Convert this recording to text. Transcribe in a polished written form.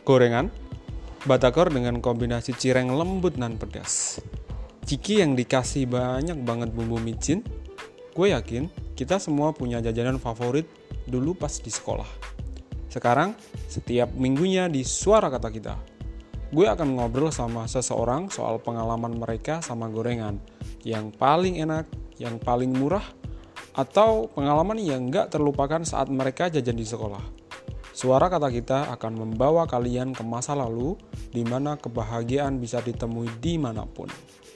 Gorengan, batagor dengan kombinasi cireng lembut nan pedas. Ciki yang dikasih banyak banget bumbu micin. Gue yakin kita semua punya jajanan favorit dulu pas di sekolah. Sekarang, setiap minggunya di Suara Kata Kita, gue akan ngobrol sama seseorang soal pengalaman mereka sama gorengan yang paling enak, yang paling murah, atau pengalaman yang gak terlupakan saat mereka jajan di sekolah. Suara Kata Kita akan membawa kalian ke masa lalu di mana kebahagiaan bisa ditemui dimanapun.